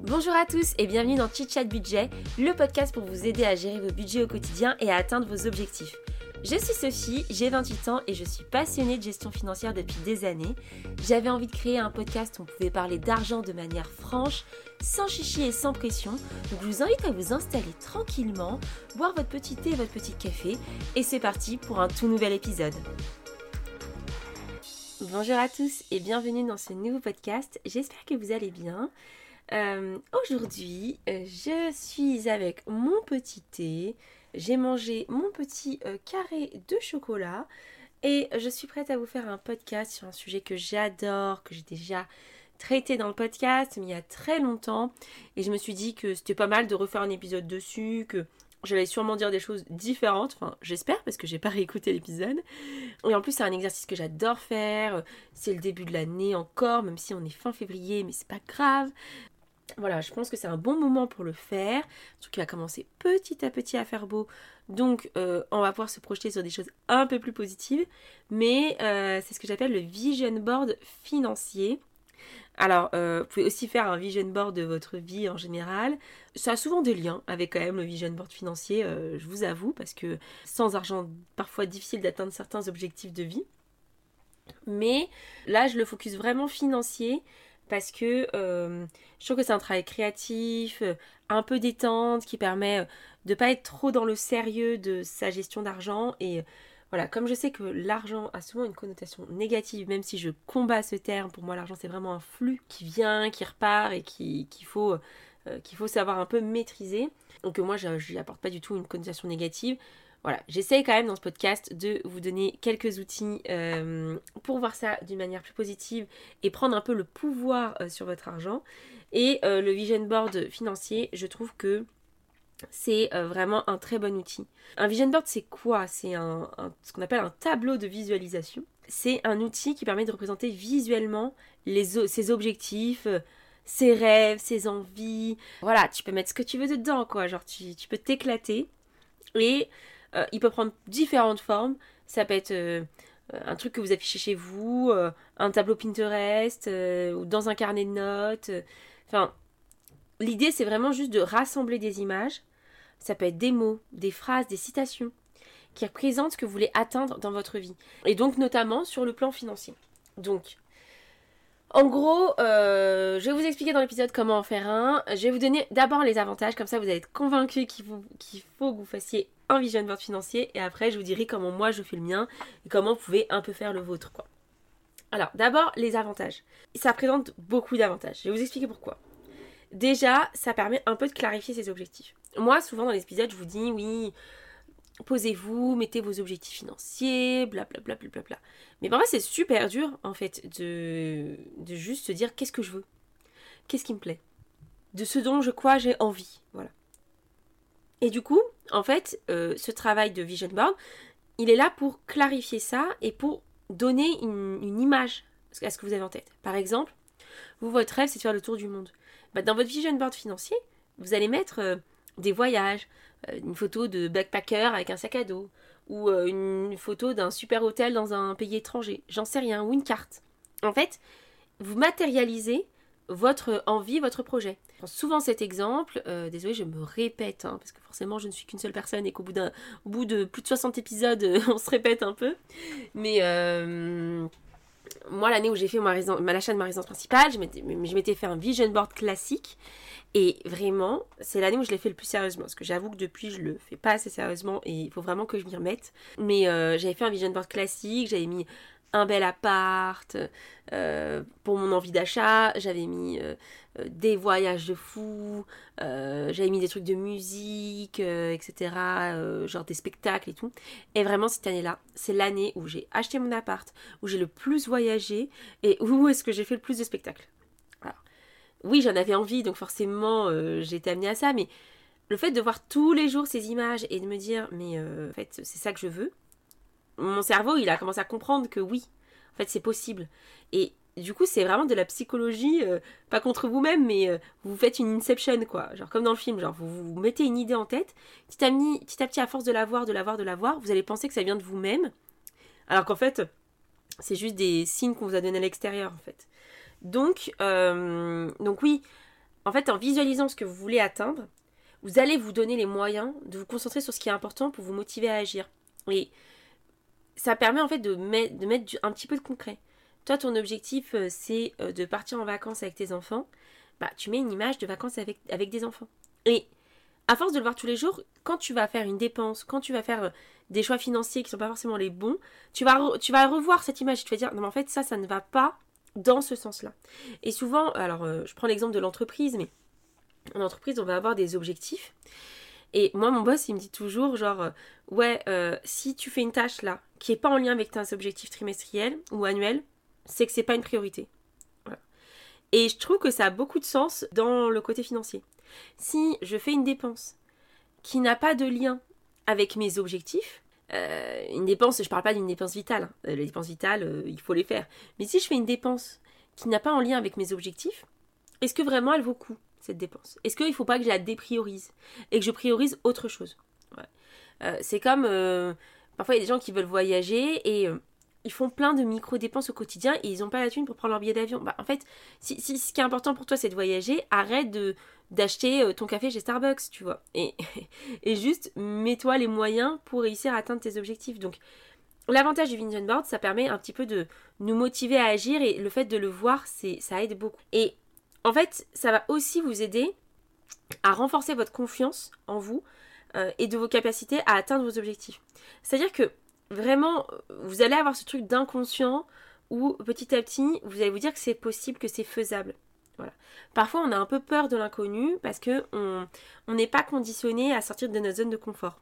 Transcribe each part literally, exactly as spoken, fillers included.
Bonjour à tous et bienvenue dans Chit Chat Budget, le podcast pour vous aider à gérer vos budgets au quotidien et à atteindre vos objectifs. Je suis Sophie, j'ai vingt-huit ans et je suis passionnée de gestion financière depuis des années. J'avais envie de créer un podcast où on pouvait parler d'argent de manière franche, sans chichi et sans pression. Donc je vous invite à vous installer tranquillement, boire votre petit thé et votre petit café et c'est parti pour un tout nouvel épisode. Bonjour à tous et bienvenue dans ce nouveau podcast, j'espère que vous allez bien. Euh, aujourd'hui, euh, je suis avec mon petit thé, j'ai mangé mon petit euh, carré de chocolat et je suis prête à vous faire un podcast sur un sujet que j'adore, que j'ai déjà traité dans le podcast, mais il y a très longtemps. Et je me suis dit que c'était pas mal de refaire un épisode dessus, que j'allais sûrement dire des choses différentes, enfin j'espère parce que j'ai pas réécouté l'épisode. Et en plus c'est un exercice que j'adore faire, c'est le début de l'année encore, même si on est fin février, mais c'est pas grave. Voilà, je pense que c'est un bon moment pour le faire, surtout qu'il va commencer petit à petit à faire beau, donc euh, on va pouvoir se projeter sur des choses un peu plus positives, mais euh, c'est ce que j'appelle le vision board financier. Alors, euh, vous pouvez aussi faire un vision board de votre vie en général. Ça a souvent des liens avec quand même le vision board financier, euh, je vous avoue, parce que sans argent, parfois difficile d'atteindre certains objectifs de vie. Mais là, je le focus vraiment financier, parce que euh, je trouve que c'est un travail créatif, euh, un peu détente, qui permet euh, de ne pas être trop dans le sérieux de sa gestion d'argent. Et euh, voilà, comme je sais que l'argent a souvent une connotation négative, même si je combats ce terme, pour moi l'argent c'est vraiment un flux qui vient, qui repart et qui, qu'il faut, euh, qu'il faut savoir un peu maîtriser. Donc euh, moi je n'y apporte pas du tout une connotation négative. Voilà, j'essaye quand même dans ce podcast de vous donner quelques outils euh, pour voir ça d'une manière plus positive et prendre un peu le pouvoir euh, sur votre argent. Et euh, le vision board financier, je trouve que c'est euh, vraiment un très bon outil. Un vision board, c'est quoi ? C'est un, un, ce qu'on appelle un tableau de visualisation. C'est un outil qui permet de représenter visuellement les, ses objectifs, euh, ses rêves, ses envies. Voilà, tu peux mettre ce que tu veux dedans, quoi. Genre, tu, tu peux t'éclater. Et Euh, il peut prendre différentes formes. Ça peut être euh, un truc que vous affichez chez vous, euh, un tableau Pinterest, euh, ou dans un carnet de notes. Euh, enfin, l'idée c'est vraiment juste de rassembler des images. Ça peut être des mots, des phrases, des citations qui représentent ce que vous voulez atteindre dans votre vie. Et donc notamment sur le plan financier. Donc, en gros, euh, je vais vous expliquer dans l'épisode comment en faire un. Je vais vous donner d'abord les avantages, comme ça vous allez être convaincus qu'il faut, qu'il faut que vous fassiez un vision board financier. Et après, je vous dirai comment moi je fais le mien et comment vous pouvez un peu faire le vôtre, quoi. Alors, d'abord, les avantages. Ça présente beaucoup d'avantages. Je vais vous expliquer pourquoi. Déjà, ça permet un peu de clarifier ses objectifs. Moi, souvent dans les épisodes, je vous dis, oui, posez-vous, mettez vos objectifs financiers, blablabla. Bla, bla, bla. Mais parfois, c'est super dur, en fait, de, de juste se dire qu'est-ce que je veux, qu'est-ce qui me plaît, de ce dont je quoi j'ai envie, voilà. Et du coup, en fait, euh, ce travail de vision board, il est là pour clarifier ça et pour donner une, une image à ce que vous avez en tête. Par exemple, vous, votre rêve, c'est de faire le tour du monde. Bah, dans votre vision board financier, vous allez mettre euh, des voyages, euh, une photo de backpacker avec un sac à dos, ou euh, une photo d'un super hôtel dans un pays étranger, j'en sais rien, ou une carte. En fait, vous matérialisez votre envie, votre projet. Je prends souvent cet exemple, euh, désolée je me répète, hein, parce que forcément je ne suis qu'une seule personne et qu'au bout, d'un, au bout de plus de soixante épisodes, euh, on se répète un peu. Mais euh, moi l'année où j'ai fait ma résidence, l'achat de ma résidence principale, je m'étais, je m'étais fait un vision board classique. Et vraiment, c'est l'année où je l'ai fait le plus sérieusement. Parce que j'avoue que depuis, je le fais pas assez sérieusement et il faut vraiment que je m'y remette. Mais euh, j'avais fait un vision board classique, j'avais mis un bel appart euh, pour mon envie d'achat, j'avais mis euh, des voyages de fou, euh, j'avais mis des trucs de musique, euh, et cetera, euh, genre des spectacles et tout. Et vraiment, cette année-là, c'est l'année où j'ai acheté mon appart, où j'ai le plus voyagé et où est-ce que j'ai fait le plus de spectacles. Alors, oui, j'en avais envie, donc forcément, euh, j'ai été amenée à ça, mais le fait de voir tous les jours ces images et de me dire, mais euh, en fait, c'est ça que je veux, mon cerveau, il a commencé à comprendre que oui, en fait, c'est possible. Et du coup, c'est vraiment de la psychologie, euh, pas contre vous-même, mais euh, vous faites une inception, quoi. Genre comme dans le film, genre vous vous mettez une idée en tête, petit à petit, petit à petit, à force de la voir, de la voir, de la voir, vous allez penser que ça vient de vous-même, alors qu'en fait, c'est juste des signes qu'on vous a donnés à l'extérieur, en fait. Donc, euh, donc oui, en fait, en visualisant ce que vous voulez atteindre, vous allez vous donner les moyens de vous concentrer sur ce qui est important pour vous motiver à agir. Et ça permet en fait de mettre, de mettre un petit peu de concret. Toi, ton objectif, c'est de partir en vacances avec tes enfants. Bah, tu mets une image de vacances avec, avec des enfants. Et à force de le voir tous les jours, quand tu vas faire une dépense, quand tu vas faire des choix financiers qui ne sont pas forcément les bons, tu vas, re, tu vas revoir cette image et tu vas dire, non mais en fait, ça, ça ne va pas dans ce sens-là. Et souvent, alors euh, je prends l'exemple de l'entreprise, mais en entreprise, on va avoir des objectifs. Et moi, mon boss, il me dit toujours, genre, euh, ouais, euh, si tu fais une tâche là, qui n'est pas en lien avec tes objectifs trimestriels ou annuels, c'est que c'est pas une priorité. Voilà. Et je trouve que ça a beaucoup de sens dans le côté financier. Si je fais une dépense qui n'a pas de lien avec mes objectifs, euh, une dépense, je parle pas d'une dépense vitale, hein. Les dépenses vitales, euh, il faut les faire. Mais si je fais une dépense qui n'a pas en lien avec mes objectifs, est-ce que vraiment elle vaut le coup, cette dépense? Est-ce qu'il ne faut pas que je la dépriorise et que je priorise autre chose? Ouais. euh, C'est comme, euh, parfois il y a des gens qui veulent voyager et euh, ils font plein de micro-dépenses au quotidien et ils n'ont pas la thune pour prendre leur billet d'avion. Bah, en fait, si, si ce qui est important pour toi c'est de voyager, arrête de, d'acheter ton café chez Starbucks, tu vois. Et, et juste, mets-toi les moyens pour réussir à atteindre tes objectifs. Donc, l'avantage du Vision Board, ça permet un petit peu de nous motiver à agir et le fait de le voir, c'est, ça aide beaucoup. Et en fait, ça va aussi vous aider à renforcer votre confiance en vous euh, et de vos capacités à atteindre vos objectifs. C'est-à-dire que vraiment, vous allez avoir ce truc d'inconscient où petit à petit, vous allez vous dire que c'est possible, que c'est faisable. Voilà. Parfois, on a un peu peur de l'inconnu parce qu'on on n'est pas conditionné à sortir de notre zone de confort.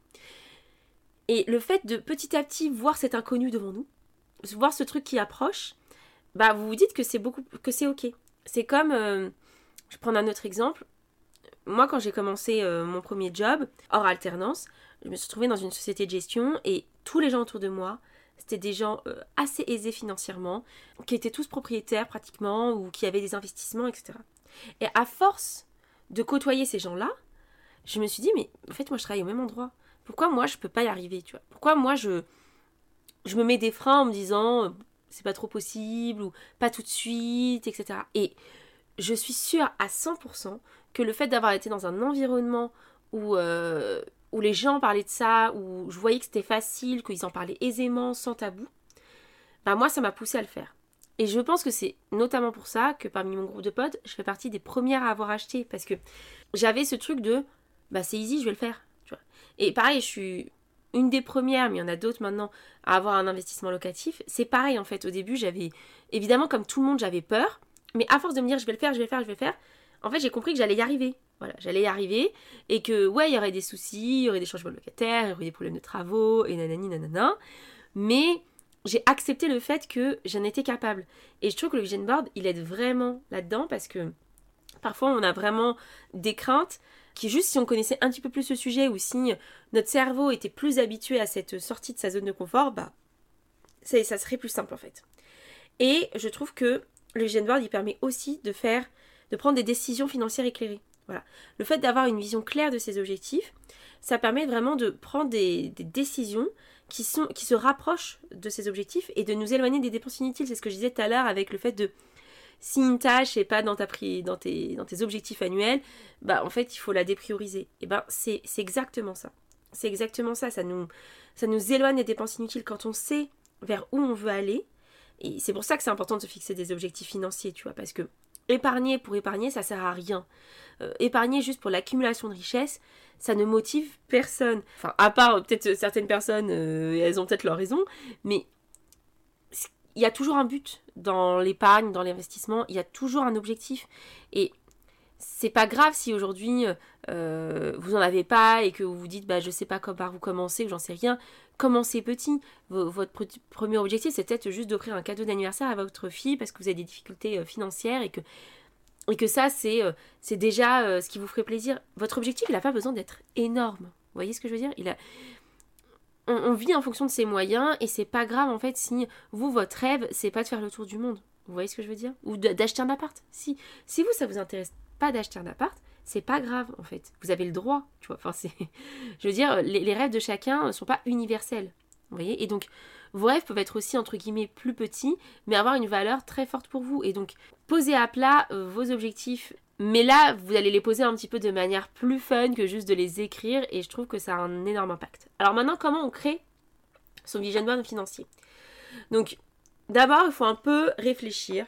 Et le fait de petit à petit voir cet inconnu devant nous, voir ce truc qui approche, bah vous vous dites que c'est beaucoup, que c'est ok. C'est comme, euh, je vais prendre un autre exemple. Moi, quand j'ai commencé euh, mon premier job, hors alternance, je me suis retrouvée dans une société de gestion et tous les gens autour de moi, c'était des gens euh, assez aisés financièrement, qui étaient tous propriétaires pratiquement ou qui avaient des investissements, et cetera. Et à force de côtoyer ces gens-là, je me suis dit, mais en fait, moi, je travaille au même endroit. Pourquoi moi, je peux pas y arriver, tu vois? Pourquoi moi, je, je me mets des freins en me disant, euh, c'est pas trop possible ou pas tout de suite, et cetera. Et je suis sûre à cent pour cent que le fait d'avoir été dans un environnement où, euh, où les gens parlaient de ça, où je voyais que c'était facile, qu'ils en parlaient aisément, sans tabou, bah moi, ça m'a poussée à le faire. Et je pense que c'est notamment pour ça que parmi mon groupe de potes, je fais partie des premières à avoir acheté. Parce que j'avais ce truc de, bah c'est easy, je vais le faire. Tu vois. Et pareil, je suis une des premières, mais il y en a d'autres maintenant, à avoir un investissement locatif. C'est pareil en fait, au début, j'avais, évidemment comme tout le monde, j'avais peur. Mais à force de me dire, je vais le faire, je vais le faire, je vais le faire, en fait, j'ai compris que j'allais y arriver. Voilà, j'allais y arriver. Et que, ouais, il y aurait des soucis, il y aurait des changements de locataires, il y aurait des problèmes de travaux, et nanani, nanana. Mais j'ai accepté le fait que j'en étais capable. Et je trouve que le Vision Board, il aide vraiment là-dedans parce que parfois on a vraiment des craintes qui, juste si on connaissait un petit peu plus ce sujet ou si notre cerveau était plus habitué à cette sortie de sa zone de confort, bah ça, ça serait plus simple en fait. Et je trouve que le Vision Board, il permet aussi de faire, de prendre des décisions financières éclairées. Voilà. Le fait d'avoir une vision claire de ses objectifs, ça permet vraiment de prendre des, des décisions qui, sont, qui se rapprochent de ces objectifs et de nous éloigner des dépenses inutiles. C'est ce que je disais tout à l'heure avec le fait de, si une tâche n'est pas dans, ta, dans, tes, dans tes objectifs annuels, bah en fait il faut la déprioriser. Et ben c'est, c'est exactement ça. C'est exactement ça. Ça nous, ça nous éloigne des dépenses inutiles quand on sait vers où on veut aller. Et c'est pour ça que c'est important de se fixer des objectifs financiers, tu vois, parce que épargner pour épargner, ça sert à rien. Euh, épargner juste pour l'accumulation de richesse, ça ne motive personne. Enfin, à part euh, peut-être certaines personnes, euh, elles ont peut-être leur raison, mais il y a toujours un but dans l'épargne, dans l'investissement, il y a toujours un objectif. Et c'est pas grave si aujourd'hui euh, vous en avez pas et que vous vous dites bah je sais pas comment par vous commencer ou j'en sais rien. Commencez petit. V- votre pr- premier objectif c'est peut-être juste d'offrir un cadeau d'anniversaire à votre fille parce que vous avez des difficultés euh, financières et que et que ça c'est euh, c'est déjà euh, ce qui vous ferait plaisir. Votre objectif il n'a pas besoin d'être énorme. Vous voyez ce que je veux dire? Il a on, on vit en fonction de ses moyens et c'est pas grave en fait si vous votre rêve c'est pas de faire le tour du monde. Vous voyez ce que je veux dire? Ou de, d'acheter un appart. Si si vous ça vous intéresse pas d'acheter un appart, c'est pas grave en fait. Vous avez le droit, tu vois. Enfin, c'est... Je veux dire, les, les rêves de chacun ne sont pas universels. Vous voyez? Et donc, vos rêves peuvent être aussi, entre guillemets, plus petits, mais avoir une valeur très forte pour vous. Et donc, posez à plat euh, vos objectifs Mais là, vous allez les poser un petit peu de manière plus fun que juste de les écrire et je trouve que ça a un énorme impact. Alors maintenant, comment on crée son vision board financier? Donc, d'abord, il faut un peu réfléchir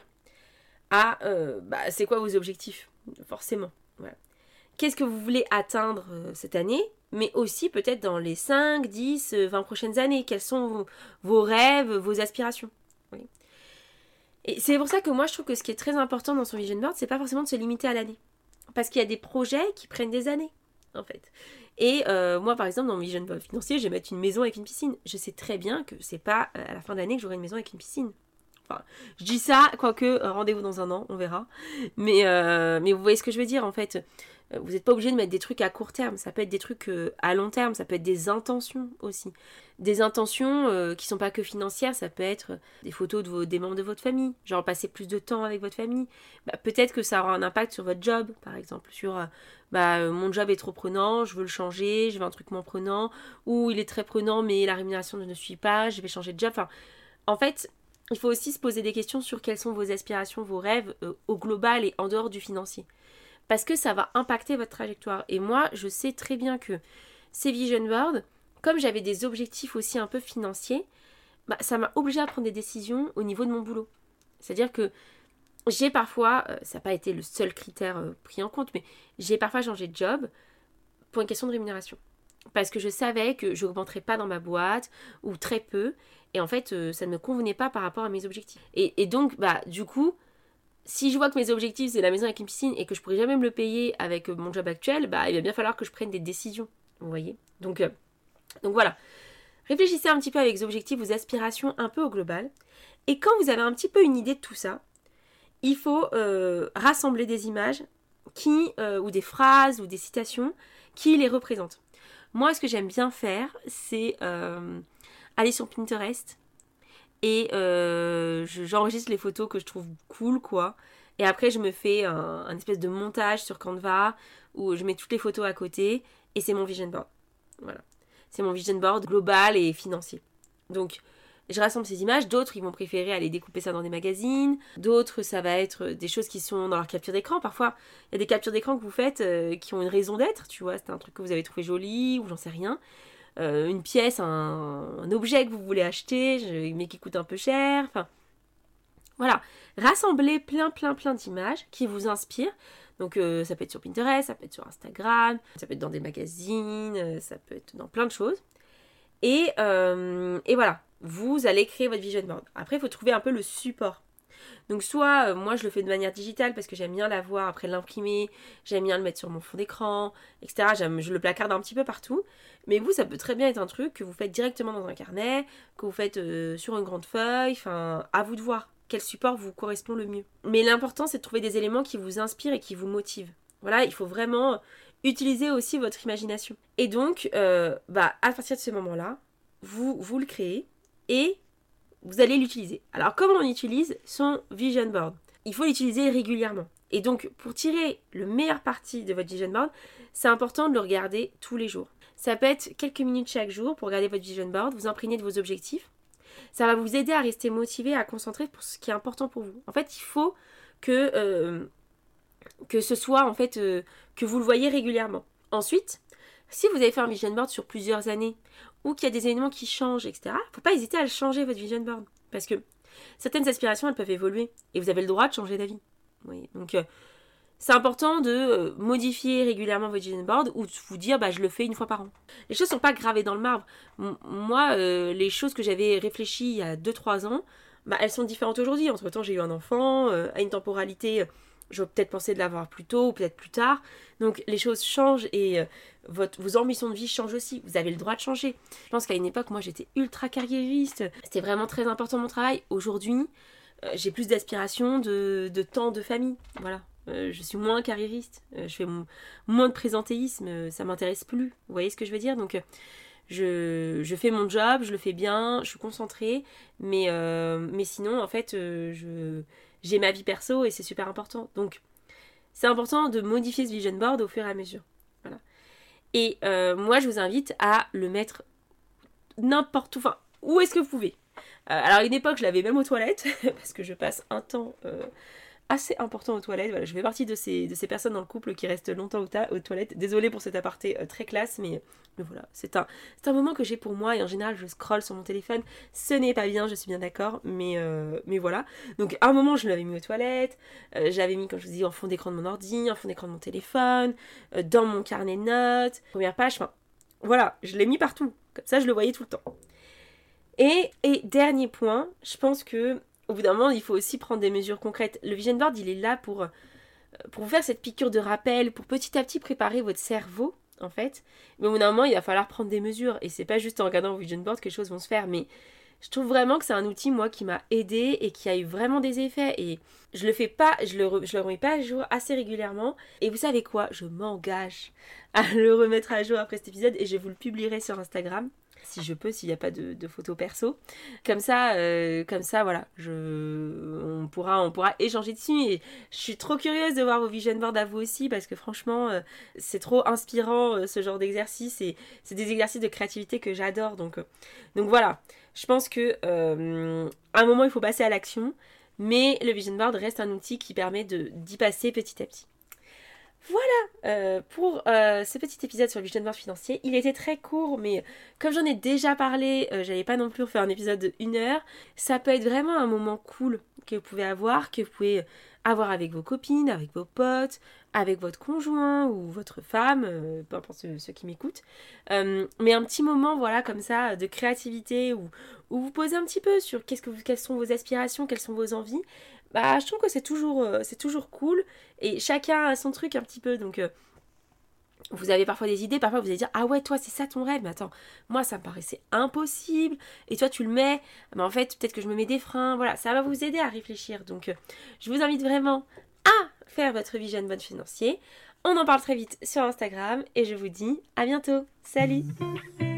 à euh, bah, c'est quoi vos objectifs, forcément. Voilà. Qu'est-ce que vous voulez atteindre euh, cette année, mais aussi peut-être dans les cinq, dix, vingt prochaines années. Quels sont vos, vos rêves, vos aspirations. Oui. Et c'est pour ça que moi, je trouve que ce qui est très important dans son vision board, c'est pas forcément de se limiter à l'année. Parce qu'il y a des projets qui prennent des années, en fait. Et euh, moi, par exemple, dans mon vision board financier, je vais mettre une maison avec une piscine. Je sais très bien que c'est pas à la fin de l'année que j'aurai une maison avec une piscine. Enfin, je dis ça, quoique, euh, rendez-vous dans un an, on verra. Mais, euh, mais vous voyez ce que je veux dire, en fait. Vous n'êtes pas obligé de mettre des trucs à court terme. Ça peut être des trucs euh, à long terme. Ça peut être des intentions aussi. Des intentions euh, qui ne sont pas que financières. Ça peut être des photos de vos, des membres de votre famille. Genre passer plus de temps avec votre famille. Bah, peut-être que ça aura un impact sur votre job, par exemple. Sur euh, bah, euh, mon job est trop prenant, je veux le changer, je veux un truc moins prenant. Ou il est très prenant, mais la rémunération ne suit pas, je vais changer de job. Enfin, en fait, il faut aussi se poser des questions sur quelles sont vos aspirations, vos rêves euh, au global et en dehors du financier. Parce que ça va impacter votre trajectoire. Et moi, je sais très bien que ces vision boards, comme j'avais des objectifs aussi un peu financiers, bah, ça m'a obligée à prendre des décisions au niveau de mon boulot. C'est-à-dire que j'ai parfois, euh, ça n'a pas été le seul critère euh, pris en compte, mais j'ai parfois changé de job pour une question de rémunération. Parce que je savais que je n'augmenterais pas dans ma boîte, ou très peu, et en fait, euh, ça ne me convenait pas par rapport à mes objectifs. Et, et donc, bah, du coup, si je vois que mes objectifs c'est la maison avec une piscine et que je pourrais jamais me le payer avec mon job actuel, bah il va bien falloir que je prenne des décisions, vous voyez. Donc, euh, donc voilà. Réfléchissez un petit peu avec vos objectifs, vos aspirations un peu au global. Et quand vous avez un petit peu une idée de tout ça, il faut euh, rassembler des images qui, euh, ou des phrases ou des citations qui les représentent. Moi, ce que j'aime bien faire, c'est euh, aller sur Pinterest et euh, je, j'enregistre les photos que je trouve cool, quoi. Et après, je me fais un, un espèce de montage sur Canva où je mets toutes les photos à côté et c'est mon vision board. Voilà. C'est mon vision board global et financier. Donc, je rassemble ces images. D'autres, ils vont préférer aller découper ça dans des magazines. D'autres, ça va être des choses qui sont dans leur capture d'écran. Parfois, il y a des captures d'écran que vous faites euh, qui ont une raison d'être. Tu vois, c'est un truc que vous avez trouvé joli ou j'en sais rien. Euh, une pièce, un, un objet que vous voulez acheter, je, mais qui coûte un peu cher. Enfin, voilà. Rassemblez plein, plein, plein d'images qui vous inspirent. Donc, euh, ça peut être sur Pinterest, ça peut être sur Instagram, ça peut être dans des magazines, euh, ça peut être dans plein de choses. Et, euh, et voilà, vous allez créer votre vision board. Après, il faut trouver un peu le support. Donc soit, euh, moi je le fais de manière digitale parce que j'aime bien l'avoir, après l'imprimer, j'aime bien le mettre sur mon fond d'écran, et cetera. J'aime, je le placarde un petit peu partout. Mais vous, ça peut très bien être un truc que vous faites directement dans un carnet, que vous faites euh, sur une grande feuille, enfin, à vous de voir quel support vous correspond le mieux. Mais l'important, c'est de trouver des éléments qui vous inspirent et qui vous motivent. Voilà, il faut vraiment utiliser aussi votre imagination. Et donc, euh, bah, à partir de ce moment-là, vous, vous le créez et vous allez l'utiliser. Alors, comment on utilise son vision board? Il faut l'utiliser régulièrement. Et donc, pour tirer le meilleur parti de votre vision board, c'est important de le regarder tous les jours. Ça peut être quelques minutes chaque jour pour regarder votre vision board, vous imprégner de vos objectifs. Ça va vous aider à rester motivé, à concentrer pour ce qui est important pour vous. En fait, il faut que, euh, que ce soit, en fait, euh, que vous le voyez régulièrement. Ensuite, si vous avez fait un vision board sur plusieurs années, ou qu'il y a des éléments qui changent, et cetera, il ne faut pas hésiter à le changer, votre vision board. Parce que certaines aspirations, elles peuvent évoluer. Et vous avez le droit de changer d'avis. Oui, donc, euh, c'est important de euh, modifier régulièrement votre vision board ou de vous dire, bah, je le fais une fois par an. Les choses ne sont pas gravées dans le marbre. M- moi, euh, les choses que j'avais réfléchies il y a deux trois ans, bah, elles sont différentes aujourd'hui. Entre-temps, j'ai eu un enfant, euh, à une temporalité... Euh, j'aurais peut-être pensé de l'avoir plus tôt ou peut-être plus tard. Donc les choses changent et euh, votre, vos ambitions de vie changent aussi. Vous avez le droit de changer. Je pense qu'à une époque, moi j'étais ultra carriériste. C'était vraiment très important mon travail. Aujourd'hui, euh, j'ai plus d'aspiration, de, de temps de famille. Voilà. Euh, je suis moins carriériste. Euh, je fais m- moins de présentéisme. Euh, ça m'intéresse plus. Vous voyez ce que je veux dire? Donc... Euh, Je, je fais mon job, je le fais bien, je suis concentrée, mais, euh, mais sinon, en fait, euh, je, j'ai ma vie perso et c'est super important. Donc, c'est important de modifier ce vision board au fur et à mesure. Voilà. Et euh, moi, je vous invite à le mettre n'importe où, enfin, où est-ce que vous pouvez. Euh, alors, à une époque, je l'avais même aux toilettes, parce que je passe un temps... Euh, assez important aux toilettes. Voilà, je fais partie de ces, de ces personnes dans le couple qui restent longtemps aux, ta- aux toilettes. Désolée pour cet aparté euh, très classe, mais, mais voilà, c'est un, c'est un moment que j'ai pour moi et en général je scrolle sur mon téléphone. Ce n'est pas bien, je suis bien d'accord, mais, euh, mais voilà. Donc à un moment je l'avais mis aux toilettes, euh, j'avais mis, comme je vous dis, en fond d'écran de mon ordi, en fond d'écran de mon téléphone, euh, dans mon carnet de notes, première page, enfin voilà, je l'ai mis partout. Comme ça je le voyais tout le temps. Et, et dernier point, je pense que au bout d'un moment, il faut aussi prendre des mesures concrètes. Le vision board, il est là pour, pour vous faire cette piqûre de rappel, pour petit à petit préparer votre cerveau, en fait. Mais au bout d'un moment, il va falloir prendre des mesures. Et c'est pas juste en regardant vos vision boards que les choses vont se faire. Mais je trouve vraiment que c'est un outil, moi, qui m'a aidé et qui a eu vraiment des effets. Et je le fais pas, je le, re, je le remets pas à jour assez régulièrement. Et vous savez quoi? Je m'engage à le remettre à jour après cet épisode et je vous le publierai sur Instagram. Si je peux, s'il n'y a pas de, de photos perso. Comme ça, euh, comme ça, voilà, je, on, pourra, on pourra échanger dessus. Et je suis trop curieuse de voir vos vision boards à vous aussi, parce que franchement, euh, c'est trop inspirant euh, ce genre d'exercice. Et c'est des exercices de créativité que j'adore. Donc, euh, donc voilà, je pense que euh, à un moment, il faut passer à l'action. Mais le vision board reste un outil qui permet de, d'y passer petit à petit. Voilà euh, pour euh, ce petit épisode sur le vision board financier. Il était très court, mais comme j'en ai déjà parlé, euh, j'allais pas non plus refaire un épisode de une heure. Ça peut être vraiment un moment cool que vous pouvez avoir, que vous pouvez avoir avec vos copines, avec vos potes, avec votre conjoint ou votre femme, euh, peu importe ceux, ceux qui m'écoutent. Euh, mais un petit moment, voilà, comme ça, de créativité où, où vous posez un petit peu sur qu'est-ce que vous, quelles sont vos aspirations, quelles sont vos envies. Bah, je trouve que c'est toujours, euh, c'est toujours cool. Et chacun a son truc un petit peu. Donc, euh, vous avez parfois des idées. Parfois, vous allez dire, ah ouais, toi, c'est ça ton rêve. Mais attends, moi, ça me paraissait impossible. Et toi, tu le mets. Mais en fait, peut-être que je me mets des freins. Voilà, ça va vous aider à réfléchir. Donc, euh, je vous invite vraiment à faire votre vision board financier. On en parle très vite sur Instagram. Et je vous dis à bientôt. Salut!